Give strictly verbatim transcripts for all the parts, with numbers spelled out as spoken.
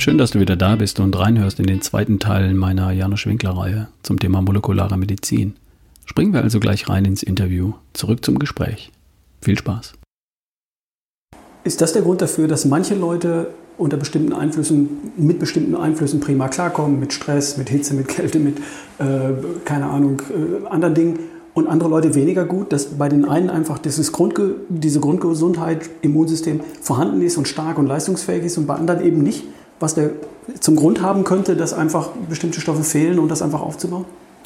Schön, dass du wieder da bist und reinhörst in den zweiten Teil meiner Janusz-Winkler-Reihe zum Thema molekulare Medizin. Springen wir also gleich rein ins Interview. Zurück zum Gespräch. Viel Spaß. Ist das der Grund dafür, dass manche Leute unter bestimmten Einflüssen, mit bestimmten Einflüssen prima klarkommen, mit Stress, mit Hitze, mit Kälte, mit, äh, keine Ahnung, äh, anderen Dingen und andere Leute weniger gut, dass bei den einen einfach dieses Grundge- diese Grundgesundheit, Immunsystem vorhanden ist und stark und leistungsfähig ist und bei anderen eben nicht? Was der zum Grund haben könnte, dass einfach bestimmte Stoffe fehlen und das einfach aufzubauen?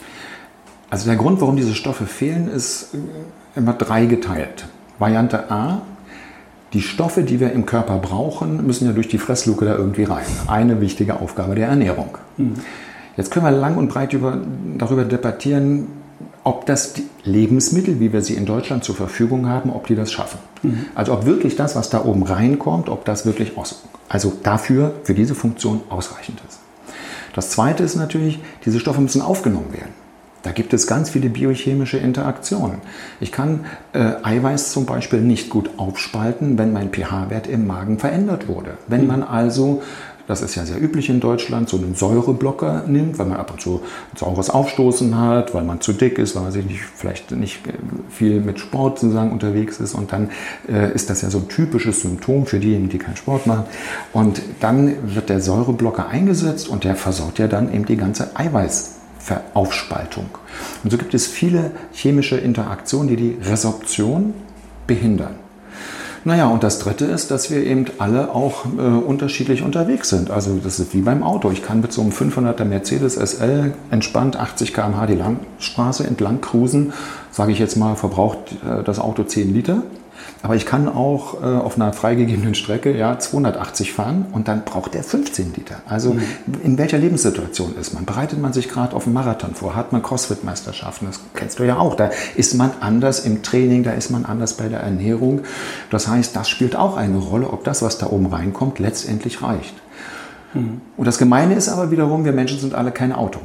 Also der Grund, warum diese Stoffe fehlen, ist immer dreigeteilt. Variante A, die Stoffe, die wir im Körper brauchen, müssen ja durch die Fressluke da irgendwie rein. Eine wichtige Aufgabe der Ernährung. Mhm. Jetzt können wir lang und breit über, darüber debattieren, ob das die Lebensmittel, wie wir sie in Deutschland zur Verfügung haben, ob die das schaffen. Mhm. Also ob wirklich das, was da oben reinkommt, ob das wirklich aus, also dafür, für diese Funktion ausreichend ist. Das Zweite ist natürlich, diese Stoffe müssen aufgenommen werden. Da gibt es ganz viele biochemische Interaktionen. Ich kann äh, Eiweiß zum Beispiel nicht gut aufspalten, wenn mein pH-Wert im Magen verändert wurde. Wenn man also, das ist ja sehr üblich in Deutschland, so einen Säureblocker nimmt, weil man ab und zu ein saures Aufstoßen hat, weil man zu dick ist, weil man sich nicht, vielleicht nicht viel mit Sport sozusagen unterwegs ist. Und dann äh, ist das ja so ein typisches Symptom für diejenigen, die keinen Sport machen. Und dann wird der Säureblocker eingesetzt und der versorgt ja dann eben die ganze Eiweiß. Aufspaltung. Und so gibt es viele chemische Interaktionen, die die Resorption behindern. Naja, und das Dritte ist, dass wir eben alle auch äh, unterschiedlich unterwegs sind. Also das ist wie beim Auto. Ich kann mit so einem fünfhunderter Mercedes S L entspannt achtzig Kilometer pro Stunde die Landstraße entlang cruisen. Sage ich jetzt mal, verbraucht äh, das Auto zehn Liter. Aber ich kann auch äh, auf einer freigegebenen Strecke ja, zweihundertachtzig fahren und dann braucht der fünfzehn Liter. Also mhm. in welcher Lebenssituation ist man? Bereitet man sich gerade auf einen Marathon vor? Hat man Crossfit-Meisterschaften? Das kennst du ja auch. Da ist man anders im Training, da ist man anders bei der Ernährung. Das heißt, das spielt auch eine Rolle, ob das, was da oben reinkommt, letztendlich reicht. Mhm. Und das Gemeine ist aber wiederum, wir Menschen sind alle kein Auto.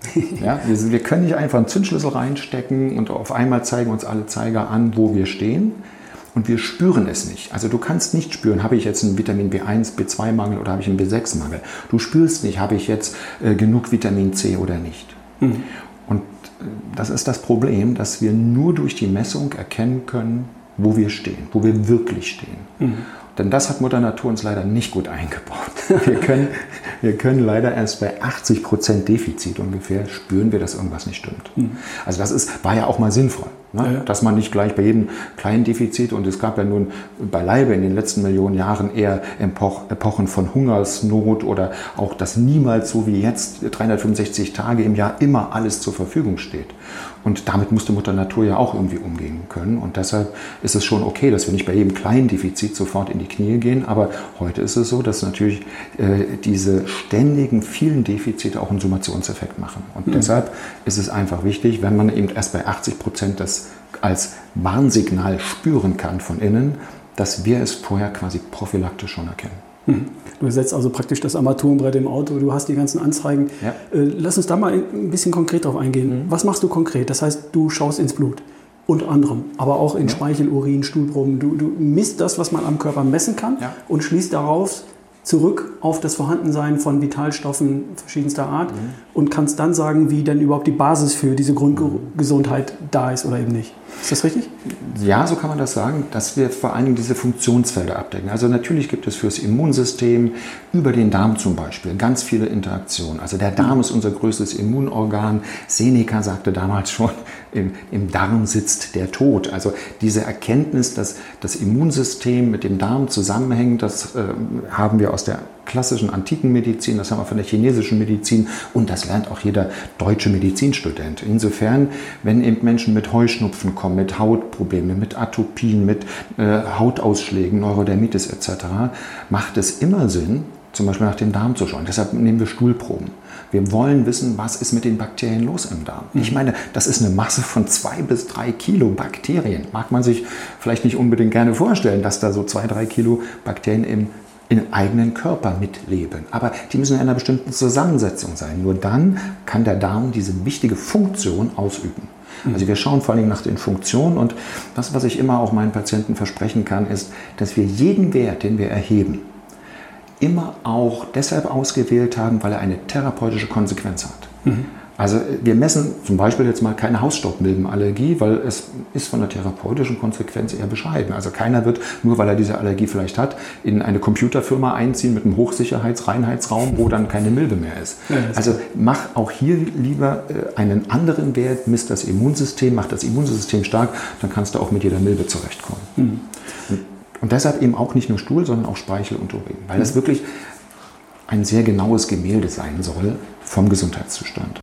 Ja, wir, wir können nicht einfach einen Zündschlüssel reinstecken und auf einmal zeigen uns alle Zeiger an, wo wir stehen. Und wir spüren es nicht. Also du kannst nicht spüren, habe ich jetzt einen Vitamin B eins, B zwei Mangel oder habe ich einen B sechs Mangel. Du spürst nicht, habe ich jetzt äh, genug Vitamin C oder nicht. Mhm. Und äh, das ist das Problem, dass wir nur durch die Messung erkennen können, wo wir stehen, wo wir wirklich stehen. Mhm. Denn das hat Mutter Natur uns leider nicht gut eingebaut. Wir können, wir können leider erst bei achtzig Prozent Defizit ungefähr spüren wir, dass irgendwas nicht stimmt. Mhm. Also das ist, war ja auch mal sinnvoll. Ne? Ja, ja. Dass man nicht gleich bei jedem kleinen Defizit, und es gab ja nun beileibe in den letzten Millionen Jahren eher Epochen von Hungersnot oder auch, dass niemals so wie jetzt dreihundertfünfundsechzig Tage im Jahr immer alles zur Verfügung steht. Und damit musste Mutter Natur ja auch irgendwie umgehen können. Und deshalb ist es schon okay, dass wir nicht bei jedem kleinen Defizit sofort in die Knie gehen. Aber heute ist es so, dass natürlich äh, diese ständigen, vielen Defizite auch einen Summationseffekt machen. Und mhm. deshalb ist es einfach wichtig, wenn man eben erst bei achtzig Prozent das als Warnsignal spüren kann von innen, dass wir es vorher quasi prophylaktisch schon erkennen. Du ersetzt also praktisch das Armaturenbrett im Auto, du hast die ganzen Anzeigen. Ja. Lass uns da mal ein bisschen konkret drauf eingehen. Mhm. Was machst du konkret? Das heißt, du schaust ins Blut, unter anderem, aber auch in ja. Speichel, Urin, Stuhlproben. Du, du misst das, was man am Körper messen kann ja. und schließt daraus zurück auf das Vorhandensein von Vitalstoffen verschiedenster Art mhm. und kannst dann sagen, wie denn überhaupt die Basis für diese Grundgesundheit da ist oder eben nicht. Ist das richtig? Ja, so kann man das sagen, dass wir vor allen Dingen diese Funktionsfelder abdecken. Also natürlich gibt es fürs Immunsystem über den Darm zum Beispiel ganz viele Interaktionen. Also der Darm ist unser größtes Immunorgan. Seneca sagte damals schon, im, im Darm sitzt der Tod. Also diese Erkenntnis, dass das Immunsystem mit dem Darm zusammenhängt, das äh, haben wir aus der klassischen antiken Medizin, das haben wir von der chinesischen Medizin und das lernt auch jeder deutsche Medizinstudent. Insofern, wenn eben Menschen mit Heuschnupfen kommen, mit Hautproblemen, mit Atopien, mit äh, Hautausschlägen, Neurodermitis et cetera, macht es immer Sinn, zum Beispiel nach dem Darm zu schauen. Deshalb nehmen wir Stuhlproben. Wir wollen wissen, was ist mit den Bakterien los im Darm. Ich meine, das ist eine Masse von zwei bis drei Kilo Bakterien. Mag man sich vielleicht nicht unbedingt gerne vorstellen, dass da so zwei, drei Kilo Bakterien im im eigenen Körper mitleben. Aber die müssen in einer bestimmten Zusammensetzung sein. Nur dann kann der Darm diese wichtige Funktion ausüben. Also wir schauen vor allem nach den Funktionen und das, was ich immer auch meinen Patienten versprechen kann, ist, dass wir jeden Wert, den wir erheben, immer auch deshalb ausgewählt haben, weil er eine therapeutische Konsequenz hat. Mhm. Also wir messen zum Beispiel jetzt mal keine Hausstaubmilbenallergie, weil es ist von der therapeutischen Konsequenz eher bescheiden. Also keiner wird, nur weil er diese Allergie vielleicht hat, in eine Computerfirma einziehen mit einem Hochsicherheits-Reinheitsraum, wo dann keine Milbe mehr ist. Ja, also mach auch hier lieber einen anderen Wert, misst das Immunsystem, mach das Immunsystem stark, dann kannst du auch mit jeder Milbe zurechtkommen. Mhm. Und, und deshalb eben auch nicht nur Stuhl, sondern auch Speichel und Urin, weil das wirklich ein sehr genaues Gemälde sein soll vom Gesundheitszustand.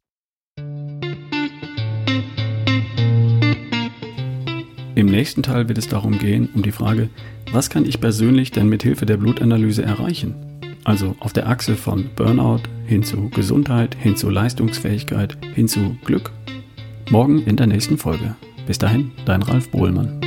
Im nächsten Teil wird es darum gehen, um die Frage, was kann ich persönlich denn mit Hilfe der Blutanalyse erreichen? Also auf der Achse von Burnout hin zu Gesundheit, hin zu Leistungsfähigkeit, hin zu Glück. Morgen in der nächsten Folge. Bis dahin, dein Ralf Bohlmann.